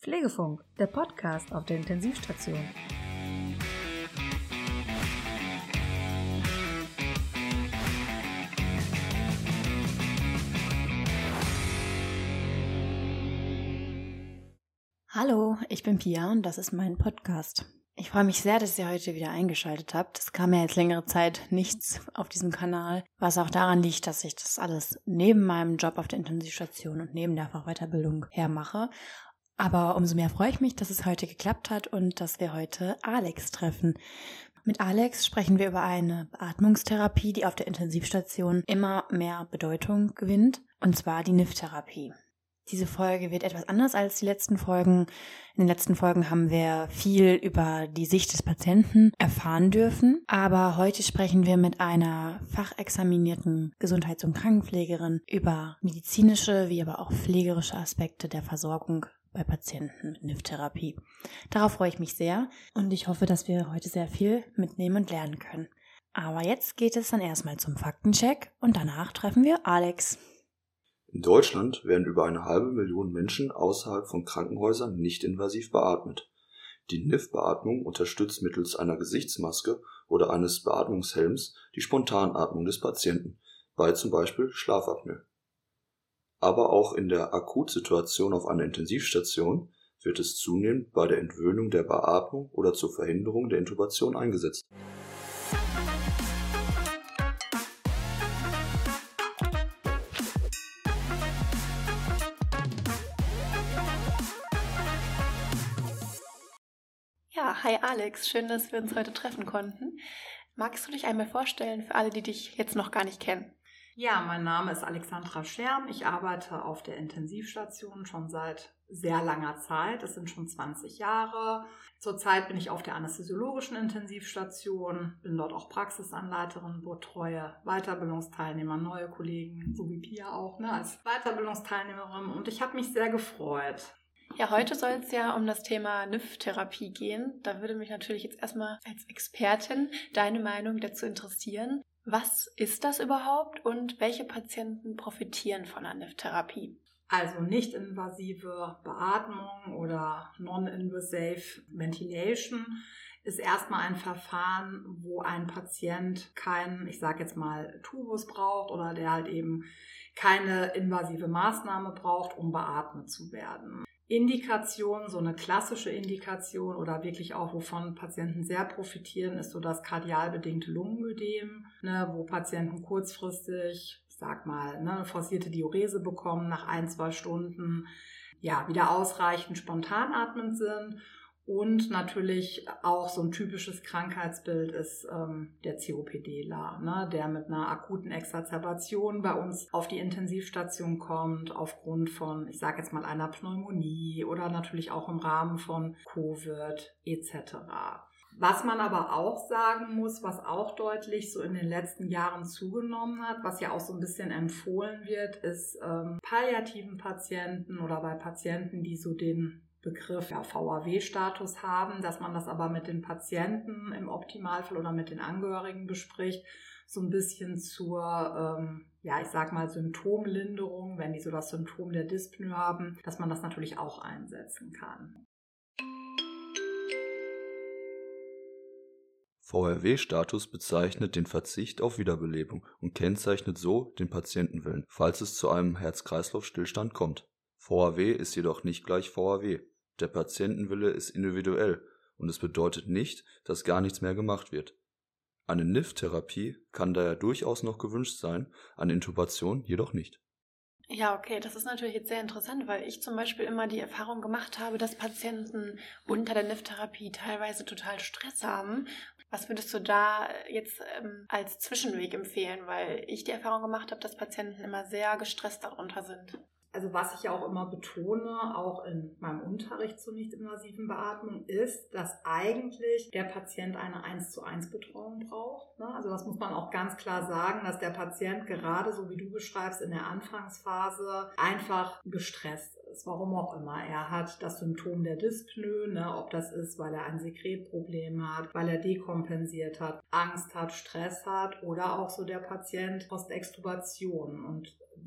Pflegefunk, der Podcast auf der Intensivstation. Hallo, ich bin Pia und das ist mein Podcast. Ich freue mich sehr, dass ihr heute wieder eingeschaltet habt. Es kam ja jetzt längere Zeit nichts auf diesem Kanal, was auch daran liegt, dass ich das alles neben meinem Job auf der Intensivstation und neben der Fachweiterbildung hermache. Aber umso mehr freue ich mich, dass es heute geklappt hat und dass wir heute Alex treffen. Mit Alex sprechen wir über eine Beatmungstherapie, die auf der Intensivstation immer mehr Bedeutung gewinnt, und zwar die NIF-Therapie. Diese Folge wird etwas anders als die letzten Folgen. In den letzten Folgen haben wir viel über die Sicht des Patienten erfahren dürfen. Aber heute sprechen wir mit einer fachexaminierten Gesundheits- und Krankenpflegerin über medizinische wie aber auch pflegerische Aspekte der Versorgung bei Patienten mit NIF-Therapie. Darauf freue ich mich sehr und ich hoffe, dass wir heute sehr viel mitnehmen und lernen können. Aber jetzt geht es dann erstmal zum Faktencheck und danach treffen wir Alex. In Deutschland werden über 500.000 Menschen außerhalb von Krankenhäusern nicht invasiv beatmet. Die NIF-Beatmung unterstützt mittels einer Gesichtsmaske oder eines Beatmungshelms die Spontanatmung des Patienten, bei zum Beispiel Schlafapnoe. Aber auch in der Akutsituation auf einer Intensivstation wird es zunehmend bei der Entwöhnung der Beatmung oder zur Verhinderung der Intubation eingesetzt. Ja, hi Alex, schön, dass wir uns heute treffen konnten. Magst du dich einmal vorstellen für alle, die dich jetzt noch gar nicht kennen? Ja, mein Name ist Alexandra Scherm. Ich arbeite auf der Intensivstation schon seit sehr langer Zeit. Es sind schon 20 Jahre. Zurzeit bin ich auf der anästhesiologischen Intensivstation, bin dort auch Praxisanleiterin, betreue Weiterbildungsteilnehmer, neue Kollegen, so wie Pia auch, als Weiterbildungsteilnehmerin. Und ich habe mich sehr gefreut. Ja, heute soll es ja um das Thema NIF-Therapie gehen. Da würde mich natürlich jetzt erstmal als Expertin deine Meinung dazu interessieren. Was ist das überhaupt und welche Patienten profitieren von der NIF-Therapie? Also nicht-invasive Beatmung oder non-invasive Ventilation ist erstmal ein Verfahren, wo ein Patient keinen, ich sage jetzt mal, Tubus braucht oder der halt eben keine invasive Maßnahme braucht, um beatmet zu werden. Indikation, so eine klassische Indikation oder wirklich auch, wovon Patienten sehr profitieren, ist so das kardial bedingte Lungenödem, wo Patienten kurzfristig, ich sag mal, eine forcierte Diurese bekommen, nach 1-2 Stunden wieder ausreichend spontanatmend sind. Und natürlich auch so ein typisches Krankheitsbild ist der COPDler, der mit einer akuten Exacerbation bei uns auf die Intensivstation kommt, aufgrund von, ich sage jetzt mal, einer Pneumonie oder natürlich auch im Rahmen von Covid etc. Was man aber auch sagen muss, was auch deutlich so in den letzten Jahren zugenommen hat, was ja auch so ein bisschen empfohlen wird, ist palliativen Patienten oder bei Patienten, die so den Begriff VAW-Status haben, dass man das aber mit den Patienten im Optimalfall oder mit den Angehörigen bespricht, so ein bisschen zur, ich sag mal, Symptomlinderung, wenn die so das Symptom der Dyspnoe haben, dass man das natürlich auch einsetzen kann. VAW-Status bezeichnet den Verzicht auf Wiederbelebung und kennzeichnet so den Patientenwillen, falls es zu einem Herz-Kreislauf-Stillstand kommt. VAW ist jedoch nicht gleich VAW. Der Patientenwille ist individuell und es bedeutet nicht, dass gar nichts mehr gemacht wird. Eine NIF-Therapie kann daher durchaus noch gewünscht sein, eine Intubation jedoch nicht. Ja, okay, das ist natürlich jetzt sehr interessant, weil ich zum Beispiel immer die Erfahrung gemacht habe, dass Patienten unter der NIF-Therapie teilweise total Stress haben. Was würdest du da jetzt als Zwischenweg empfehlen? Weil ich die Erfahrung gemacht habe, dass Patienten immer sehr gestresst darunter sind. Also was ich ja auch immer betone, auch in meinem Unterricht zur nicht-invasiven Beatmung, ist, dass eigentlich der Patient eine 1:1 Betreuung braucht. Also das muss man auch ganz klar sagen, dass der Patient gerade, so wie du beschreibst, in der Anfangsphase einfach gestresst ist, warum auch immer. Er hat das Symptom der Dyspnoe, ob das ist, weil er ein Sekretproblem hat, weil er dekompensiert hat, Angst hat, Stress hat oder auch so der Patient Postextubation. Und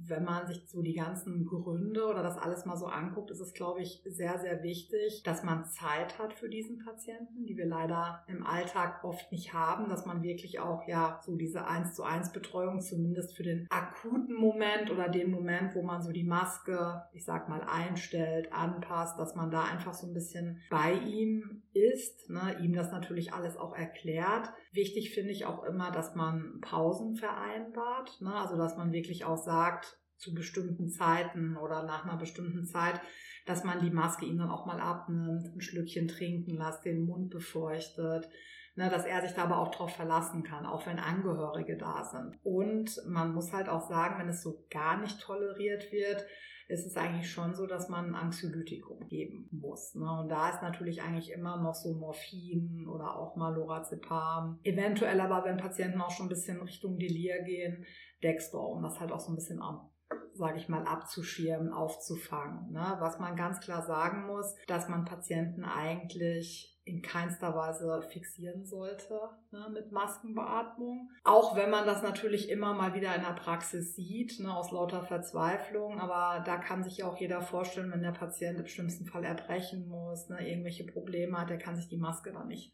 wenn man sich so die ganzen Gründe oder das alles mal so anguckt, ist es, glaube ich, sehr, sehr wichtig, dass man Zeit hat für diesen Patienten, die wir leider im Alltag oft nicht haben, dass man wirklich auch so diese 1:1 Betreuung zumindest für den akuten Moment oder den Moment, wo man so die Maske, ich sag mal, einstellt, anpasst, dass man da einfach so ein bisschen bei ihm ist, ne, ihm das natürlich alles auch erklärt. Wichtig finde ich auch immer, dass man Pausen vereinbart, ne, also dass man wirklich auch sagt, zu bestimmten Zeiten oder nach einer bestimmten Zeit, dass man die Maske ihm dann auch mal abnimmt, ein Schlückchen trinken lässt, den Mund befeuchtet, ne, dass er sich da aber auch drauf verlassen kann, auch wenn Angehörige da sind. Und man muss halt auch sagen, wenn es so gar nicht toleriert wird, ist es eigentlich schon so, dass man ein Anxiolytikum geben muss. Ne? Und da ist natürlich eigentlich immer noch so Morphin oder auch mal Lorazepam. Eventuell aber, wenn Patienten auch schon ein bisschen Richtung Delir gehen, Dextor, um das halt auch so ein bisschen sage ich mal, abzuschirmen, aufzufangen. Ne? Was man ganz klar sagen muss, dass man Patienten eigentlich in keinster Weise fixieren sollte, ne, mit Maskenbeatmung. Auch wenn man das natürlich immer mal wieder in der Praxis sieht, ne, aus lauter Verzweiflung. Aber da kann sich ja auch jeder vorstellen, wenn der Patient im schlimmsten Fall erbrechen muss, ne, irgendwelche Probleme hat, der kann sich die Maske dann nicht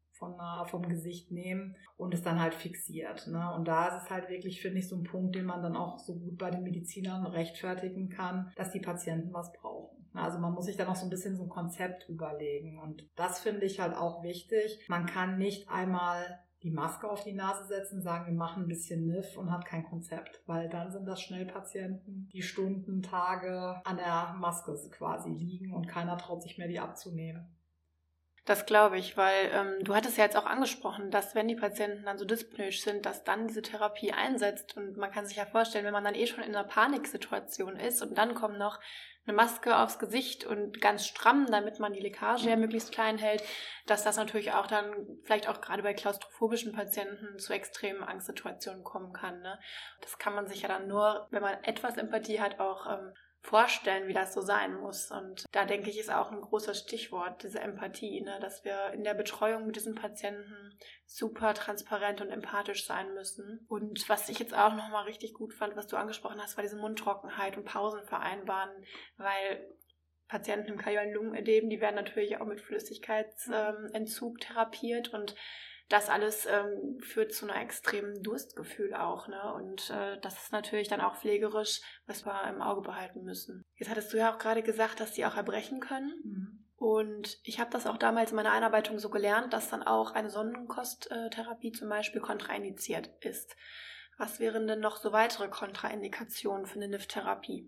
vom Gesicht nehmen und es dann halt fixiert. Ne? Und da ist es halt wirklich, finde ich, so ein Punkt, den man dann auch so gut bei den Medizinern rechtfertigen kann, dass die Patienten was brauchen. Also man muss sich dann auch so ein bisschen so ein Konzept überlegen. Und das finde ich halt auch wichtig. Man kann nicht einmal die Maske auf die Nase setzen, sagen, wir machen ein bisschen NIF und hat kein Konzept. Weil dann sind das schnell Patienten, die Stunden, Tage an der Maske quasi liegen und keiner traut sich mehr, die abzunehmen. Das glaube ich, weil du hattest ja jetzt auch angesprochen, dass wenn die Patienten dann so dyspnoisch sind, dass dann diese Therapie einsetzt und man kann sich ja vorstellen, wenn man dann schon in einer Paniksituation ist und dann kommt noch eine Maske aufs Gesicht und ganz stramm, damit man die Leckage ja möglichst klein hält, dass das natürlich auch dann vielleicht auch gerade bei klaustrophobischen Patienten zu extremen Angstsituationen kommen kann. Ne? Das kann man sich ja dann nur, wenn man etwas Empathie hat, auch vorstellen, wie das so sein muss. Und da denke ich, ist auch ein großes Stichwort, diese Empathie, ne? Dass wir in der Betreuung mit diesen Patienten super transparent und empathisch sein müssen. Und was ich jetzt auch nochmal richtig gut fand, was du angesprochen hast, war diese Mundtrockenheit und Pausen vereinbaren, weil Patienten im kardialen Lungenödem, die werden natürlich auch mit Flüssigkeitsentzug therapiert und das alles führt zu einer extremen Durstgefühl auch, ne? Und das ist natürlich dann auch pflegerisch, was wir im Auge behalten müssen. Jetzt hattest du ja auch gerade gesagt, dass die auch erbrechen können. Mhm. Und ich habe das auch damals in meiner Einarbeitung so gelernt, dass dann auch eine Sonnenkosttherapie zum Beispiel kontraindiziert ist. Was wären denn noch so weitere Kontraindikationen für eine NIF-Therapie?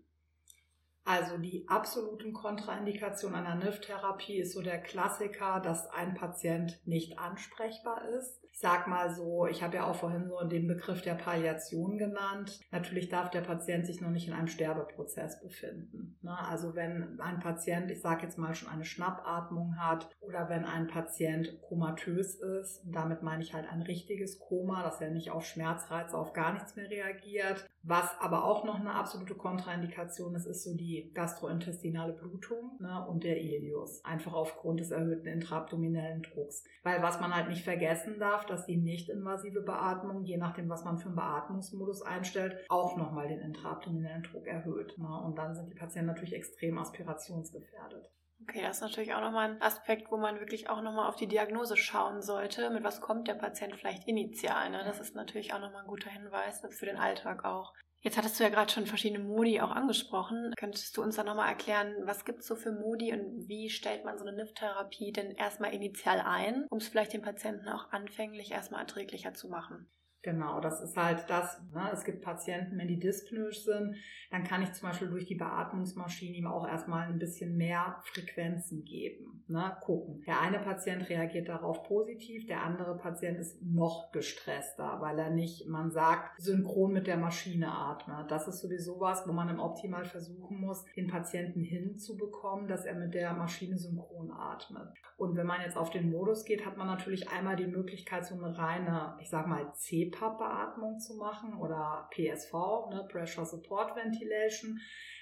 Also die absoluten Kontraindikationen einer NIF-Therapie ist so der Klassiker, dass ein Patient nicht ansprechbar ist. Ich sag mal so, ich habe ja auch vorhin so den Begriff der Palliation genannt. Natürlich darf der Patient sich noch nicht in einem Sterbeprozess befinden. Also wenn ein Patient, ich sage jetzt mal, schon eine Schnappatmung hat oder wenn ein Patient komatös ist, und damit meine ich halt ein richtiges Koma, dass er nicht auf Schmerzreize, auf gar nichts mehr reagiert. Was aber auch noch eine absolute Kontraindikation ist, ist so die gastrointestinale Blutung, ne, und der Ileus. Einfach aufgrund des erhöhten intraabdominellen Drucks. Weil was man halt nicht vergessen darf, dass die nicht-invasive Beatmung, je nachdem, was man für einen Beatmungsmodus einstellt, auch nochmal den intraabdominellen Druck erhöht. Ne, und dann sind die Patienten natürlich extrem aspirationsgefährdet. Okay, das ist natürlich auch nochmal ein Aspekt, wo man wirklich auch nochmal auf die Diagnose schauen sollte. Mit was kommt der Patient vielleicht initial? Ne? Das ist natürlich auch nochmal ein guter Hinweis für den Alltag auch. Jetzt hattest du ja gerade schon verschiedene Modi auch angesprochen. Könntest du uns da nochmal erklären, was gibt es so für Modi und wie stellt man so eine NIF-Therapie denn erstmal initial ein, um es vielleicht den Patienten auch anfänglich erstmal erträglicher zu machen? Genau, das ist halt das, ne? Es gibt Patienten, wenn die dyspnoisch sind, dann kann ich zum Beispiel durch die Beatmungsmaschine ihm auch erstmal ein bisschen mehr Frequenzen geben, ne? Gucken. Der eine Patient reagiert darauf positiv, der andere Patient ist noch gestresster, weil er nicht, man sagt, synchron mit der Maschine atmet. Das ist sowieso was, wo man im Optimal versuchen muss, den Patienten hinzubekommen, dass er mit der Maschine synchron atmet. Und wenn man jetzt auf den Modus geht, hat man natürlich einmal die Möglichkeit, so eine reine, ich sag mal, CPAP-Beatmung zu machen oder PSV, ne, Pressure Support Ventilation.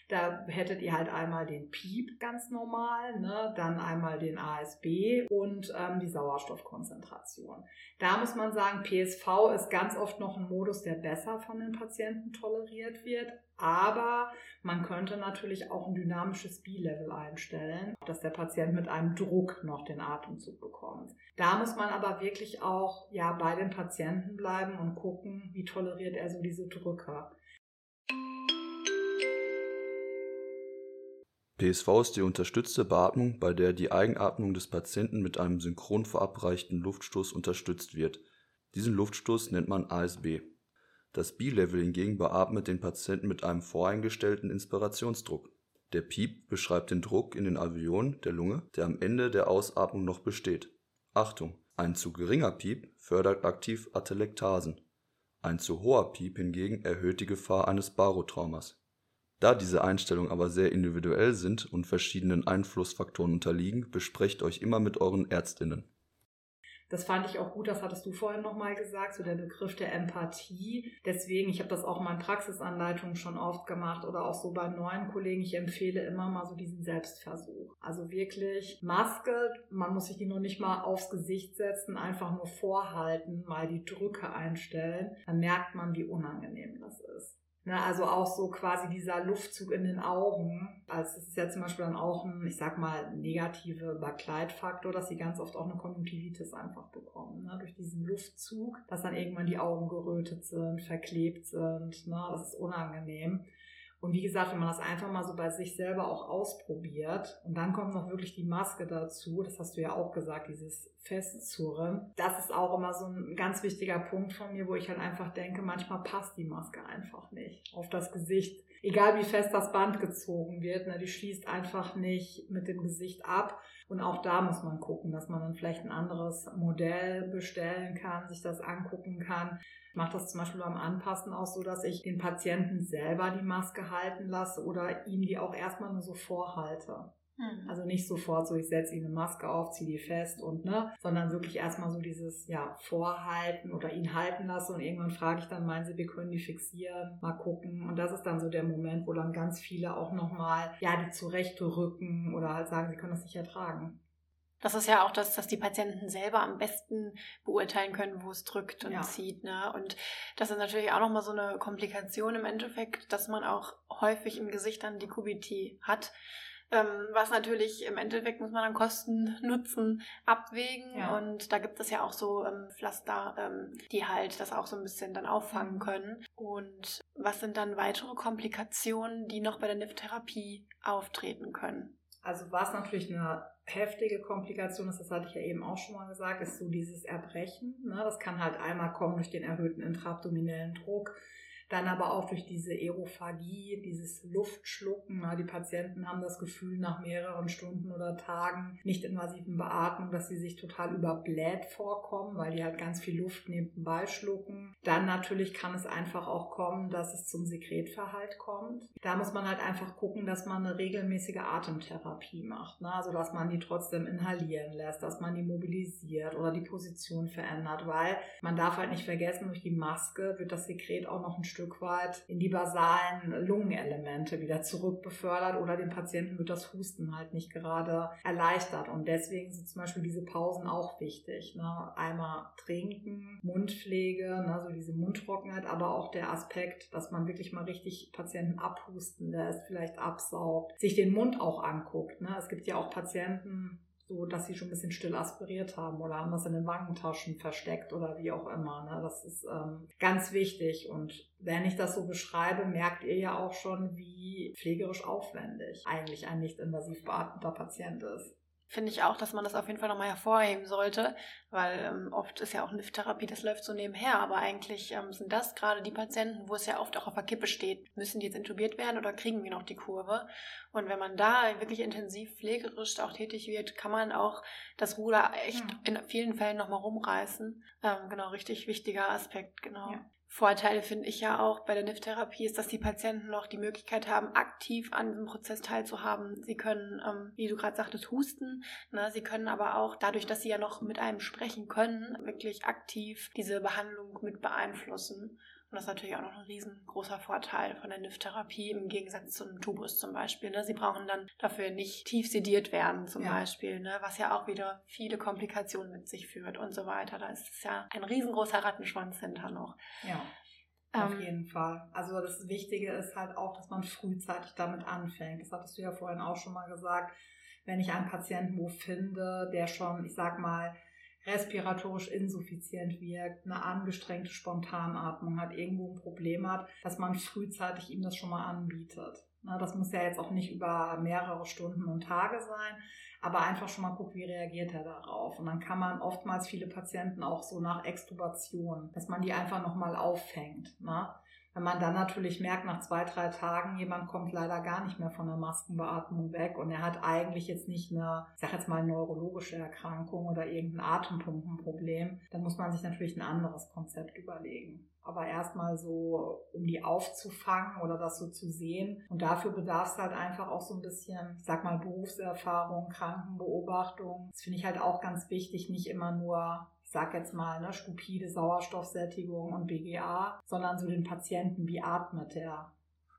Da hättet ihr halt einmal den PEEP ganz normal, ne? Dann einmal den ASB und die Sauerstoffkonzentration. Da muss man sagen, PSV ist ganz oft noch ein Modus, der besser von den Patienten toleriert wird. Aber man könnte natürlich auch ein dynamisches B-Level einstellen, dass der Patient mit einem Druck noch den Atemzug bekommt. Da muss man aber wirklich auch bei den Patienten bleiben und gucken, wie toleriert er so diese Drücke. PSV ist die unterstützte Beatmung, bei der die Eigenatmung des Patienten mit einem synchron verabreichten Luftstoß unterstützt wird. Diesen Luftstoß nennt man ASB. Das B-Level hingegen beatmet den Patienten mit einem voreingestellten Inspirationsdruck. Der PEEP beschreibt den Druck in den Alveolen der Lunge, der am Ende der Ausatmung noch besteht. Achtung! Ein zu geringer PEEP fördert aktiv Atelektasen. Ein zu hoher PEEP hingegen erhöht die Gefahr eines Barotraumas. Da diese Einstellungen aber sehr individuell sind und verschiedenen Einflussfaktoren unterliegen, besprecht euch immer mit euren ÄrztInnen. Das fand ich auch gut, das hattest du vorhin nochmal gesagt, so der Begriff der Empathie. Deswegen, ich habe das auch in meinen Praxisanleitungen schon oft gemacht oder auch so bei neuen Kollegen. Ich empfehle immer mal so diesen Selbstversuch. Also wirklich Maske, man muss sich die noch nicht mal aufs Gesicht setzen, einfach nur vorhalten, mal die Drücke einstellen. Dann merkt man, wie unangenehm das ist. Also auch so quasi dieser Luftzug in den Augen, also das ist ja zum Beispiel dann auch ein, ich sag mal, negativer Begleitfaktor, dass sie ganz oft auch eine Konjunktivitis einfach bekommen, durch diesen Luftzug, dass dann irgendwann die Augen gerötet sind, verklebt sind, das ist unangenehm. Und wie gesagt, wenn man das einfach mal so bei sich selber auch ausprobiert und dann kommt noch wirklich die Maske dazu, das hast du ja auch gesagt, dieses Festzurren, das ist auch immer so ein ganz wichtiger Punkt von mir, wo ich halt einfach denke, manchmal passt die Maske einfach nicht auf das Gesicht. Egal wie fest das Band gezogen wird, die schließt einfach nicht mit dem Gesicht ab. Und auch da muss man gucken, dass man dann vielleicht ein anderes Modell bestellen kann, sich das angucken kann. Ich mache das zum Beispiel beim Anpassen auch so, dass ich den Patienten selber die Maske halten lasse oder ihm die auch erstmal nur so vorhalte. Also nicht sofort so, ich setze ihm eine Maske auf, ziehe die fest und sondern wirklich erstmal so dieses Vorhalten oder ihn halten lasse und irgendwann frage ich dann, meinen Sie, wir können die fixieren, mal gucken und das ist dann so der Moment, wo dann ganz viele auch nochmal die zurechtrücken oder halt sagen, sie können das nicht ertragen. Das ist ja auch das, dass die Patienten selber am besten beurteilen können, wo es drückt und zieht. Und das ist natürlich auch nochmal so eine Komplikation im Endeffekt, dass man auch häufig im Gesicht dann Dekubitie hat. Was natürlich im Endeffekt muss man dann Kosten-Nutzen abwägen und da gibt es ja auch so Pflaster, die halt das auch so ein bisschen dann auffangen können. Und was sind dann weitere Komplikationen, die noch bei der NIF-Therapie auftreten können? Also was natürlich eine heftige Komplikation ist, das hatte ich ja eben auch schon mal gesagt, ist so dieses Erbrechen. Das kann halt einmal kommen durch den erhöhten intraabdominellen Druck, dann aber auch durch diese Aerophagie, dieses Luftschlucken. Die Patienten haben das Gefühl nach mehreren Stunden oder Tagen nicht-invasiven Beatmung, dass sie sich total überbläht vorkommen, weil die halt ganz viel Luft nebenbei schlucken. Dann natürlich kann es einfach auch kommen, dass es zum Sekretverhalt kommt. Da muss man halt einfach gucken, dass man eine regelmäßige Atemtherapie macht. Also dass man die trotzdem inhalieren lässt, dass man die mobilisiert oder die Position verändert, weil man darf halt nicht vergessen, durch die Maske wird das Sekret auch noch ein Stück weit in die basalen Lungenelemente wieder zurückbefördert oder dem Patienten wird das Husten halt nicht gerade erleichtert und deswegen sind zum Beispiel diese Pausen auch wichtig. Einmal trinken, Mundpflege, so diese Mundtrockenheit, aber auch der Aspekt, dass man wirklich mal richtig Patienten abhusten lässt, vielleicht absaugt, sich den Mund auch anguckt. Es gibt ja auch Patienten, so dass sie schon ein bisschen still aspiriert haben oder haben das in den Wangentaschen versteckt oder wie auch immer. Das ist ganz wichtig und wenn ich das so beschreibe, merkt ihr ja auch schon, wie pflegerisch aufwendig eigentlich ein nicht-invasiv beatmeter Patient ist. Finde ich auch, dass man das auf jeden Fall nochmal hervorheben sollte, weil oft ist ja auch NIF-Therapie, das läuft so nebenher, aber eigentlich sind das gerade die Patienten, wo es ja oft auch auf der Kippe steht, müssen die jetzt intubiert werden oder kriegen wir noch die Kurve? Und wenn man da wirklich intensiv pflegerisch auch tätig wird, kann man auch das Ruder echt in vielen Fällen nochmal rumreißen. Genau, richtig wichtiger Aspekt, genau. Ja. Vorteile finde ich ja auch bei der NIF-Therapie ist, dass die Patienten noch die Möglichkeit haben, aktiv an diesem Prozess teilzuhaben. Sie können, wie du gerade sagtest, husten. Sie können aber auch, dadurch, dass sie ja noch mit einem sprechen können, wirklich aktiv diese Behandlung mit beeinflussen. Und Und das ist natürlich auch noch ein riesengroßer Vorteil von der NIF-Therapie im Gegensatz zum Tubus zum Beispiel. Ne? Sie brauchen dann dafür nicht tief sediert werden zum Beispiel, ne? Was ja auch wieder viele Komplikationen mit sich führt und so weiter. Da ist es ja ein riesengroßer Rattenschwanz hinter noch. Ja. Auf jeden Fall. Also das Wichtige ist halt auch, dass man frühzeitig damit anfängt. Das hattest du ja vorhin auch schon mal gesagt. Wenn ich einen Patienten wo finde, der schon, ich sag mal, respiratorisch insuffizient wirkt, eine angestrengte Spontanatmung hat, irgendwo ein Problem hat, dass man frühzeitig ihm das schon mal anbietet. Das muss ja jetzt auch nicht über mehrere Stunden und Tage sein, aber einfach schon mal gucken, wie reagiert er darauf. Und dann kann man oftmals viele Patienten auch so nach Extubation, dass man die einfach nochmal auffängt. Ne? Wenn man dann natürlich merkt, nach 2-3 Tagen, jemand kommt leider gar nicht mehr von der Maskenbeatmung weg und er hat eigentlich jetzt nicht eine, ich sag jetzt mal, neurologische Erkrankung oder irgendein Atempumpenproblem, dann muss man sich natürlich ein anderes Konzept überlegen. Aber erstmal so, um die aufzufangen oder das so zu sehen. Und dafür bedarf es halt einfach auch so ein bisschen, ich sag mal, Berufserfahrung, Krankenbeobachtung. Das finde ich halt auch ganz wichtig, nicht immer nur, ich sag jetzt mal, ne, stupide Sauerstoffsättigung und BGA, sondern so den Patienten, wie atmet der?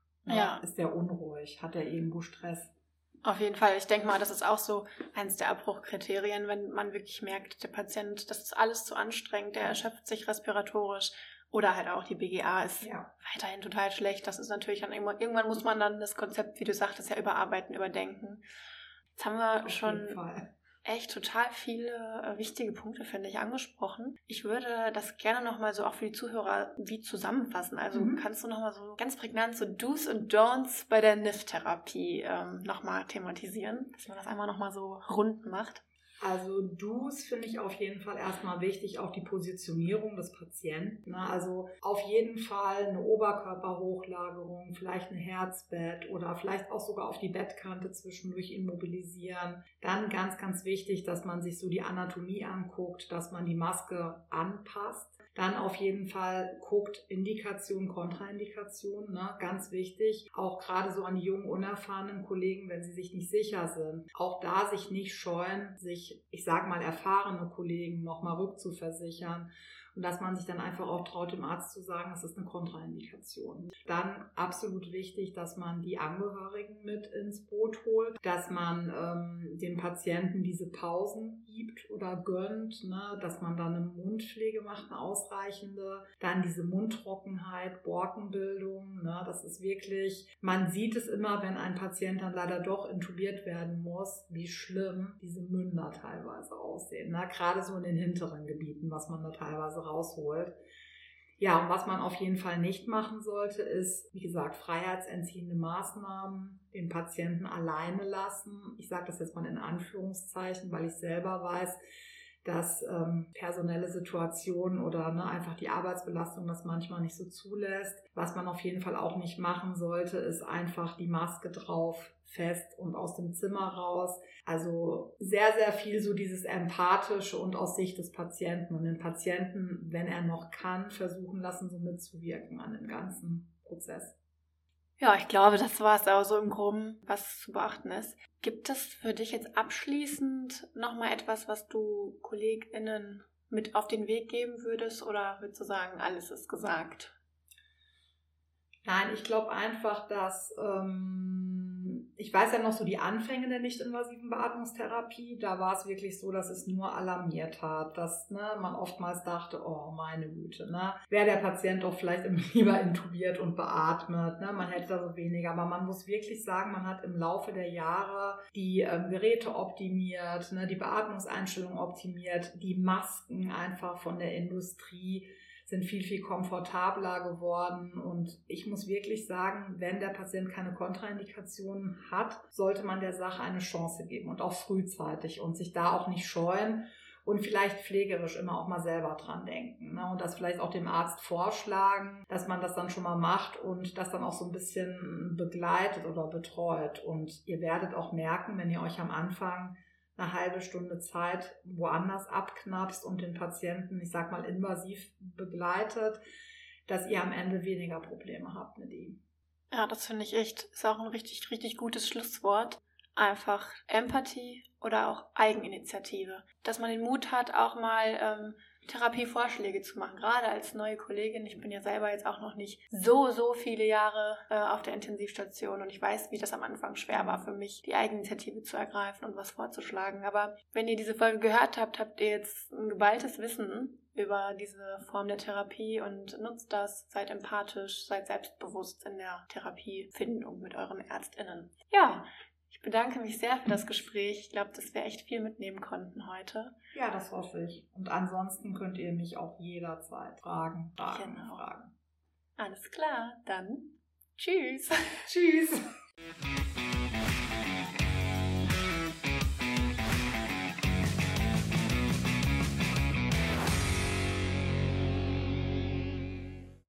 Ja. Ist der unruhig? Hat der irgendwo Stress? Auf jeden Fall. Ich denke mal, das ist auch so eins der Abbruchkriterien, wenn man wirklich merkt, der Patient, das ist alles zu anstrengend, der erschöpft sich respiratorisch. Oder halt auch die BGA ist weiterhin total schlecht. Das ist natürlich dann irgendwann muss man dann das Konzept, wie du sagtest, ja überarbeiten, überdenken. Jetzt haben wir schon echt total viele wichtige Punkte, finde ich, angesprochen. Ich würde das gerne nochmal so auch für die Zuhörer wie zusammenfassen. Also kannst du nochmal so ganz prägnant so Do's und Don'ts bei der NIF-Therapie nochmal thematisieren, dass man das einmal nochmal so rund macht? Also Do's finde ich auf jeden Fall erstmal wichtig, auch die Positionierung des Patienten. Also auf jeden Fall eine Oberkörperhochlagerung, vielleicht ein Herzbett oder vielleicht auch sogar auf die Bettkante zwischendurch immobilisieren. Dann ganz, ganz wichtig, dass man sich so die Anatomie anguckt, dass man die Maske anpasst. Dann auf jeden Fall guckt, Indikation, Kontraindikation, ne? Ganz wichtig. Auch gerade so an die jungen, unerfahrenen Kollegen, wenn sie sich nicht sicher sind. Auch da sich nicht scheuen, sich, ich sag mal, erfahrene Kollegen nochmal rückzuversichern. Und dass man sich dann einfach auch traut, dem Arzt zu sagen, das ist eine Kontraindikation. Dann absolut wichtig, dass man die Angehörigen mit ins Boot holt, dass man dem Patienten diese Pausen gibt oder gönnt, ne? Dass man dann eine Mundpflege macht, eine ausreichende. Dann diese Mundtrockenheit, Borkenbildung, ne? Das ist wirklich, man sieht es immer, wenn ein Patient dann leider doch intubiert werden muss, wie schlimm diese Münder teilweise aussehen. Ne? Gerade so in den hinteren Gebieten, was man da teilweise rausholt. Ja, und was man auf jeden Fall nicht machen sollte, ist, wie gesagt, freiheitsentziehende Maßnahmen, den Patienten alleine lassen. Ich sage das jetzt mal in Anführungszeichen, weil ich selber weiß, dass personelle Situationen oder einfach die Arbeitsbelastung das manchmal nicht so zulässt. Was man auf jeden Fall auch nicht machen sollte, ist einfach die Maske drauf, fest und aus dem Zimmer raus. Also sehr, sehr viel so dieses Empathische und aus Sicht des Patienten und den Patienten, wenn er noch kann, versuchen lassen, so mitzuwirken an dem ganzen Prozess. Ja, ich glaube, das war es auch so im Groben, was zu beachten ist. Gibt es für dich jetzt abschließend nochmal etwas, was du KollegInnen mit auf den Weg geben würdest, oder würdest du sagen, alles ist gesagt? Nein, ich glaube einfach, dass, ich weiß ja noch so die Anfänge der nicht-invasiven Beatmungstherapie, da war es wirklich so, dass es nur alarmiert hat, dass man oftmals dachte, oh meine Güte, wäre der Patient doch vielleicht lieber intubiert und beatmet, man hätte da so weniger, aber man muss wirklich sagen, man hat im Laufe der Jahre die Geräte optimiert, die Beatmungseinstellung optimiert, die Masken einfach von der Industrie sind viel, viel komfortabler geworden. Und ich muss wirklich sagen, wenn der Patient keine Kontraindikationen hat, sollte man der Sache eine Chance geben und auch frühzeitig und sich da auch nicht scheuen und vielleicht pflegerisch immer auch mal selber dran denken. Und das vielleicht auch dem Arzt vorschlagen, dass man das dann schon mal macht und das dann auch so ein bisschen begleitet oder betreut. Und ihr werdet auch merken, wenn ihr euch am Anfang eine halbe Stunde Zeit woanders abknapst und den Patienten, ich sag mal, invasiv begleitet, dass ihr am Ende weniger Probleme habt mit ihm. Ja, das finde ich echt, ist auch ein richtig, richtig gutes Schlusswort. Einfach Empathie oder auch Eigeninitiative. Dass man den Mut hat, auch mal Therapievorschläge zu machen, gerade als neue Kollegin. Ich bin ja selber jetzt auch noch nicht so viele Jahre auf der Intensivstation und ich weiß, wie das am Anfang schwer war für mich, die Eigeninitiative zu ergreifen und was vorzuschlagen. Aber wenn ihr diese Folge gehört habt, habt ihr jetzt ein geballtes Wissen über diese Form der Therapie und nutzt das, seid empathisch, seid selbstbewusst in der Therapiefindung mit euren ÄrztInnen. Ja, ich bedanke mich sehr für das Gespräch. Ich glaube, dass wir echt viel mitnehmen konnten heute. Ja, das hoffe ich. Und ansonsten könnt ihr mich auch jederzeit fragen. Alles klar, dann tschüss. Tschüss.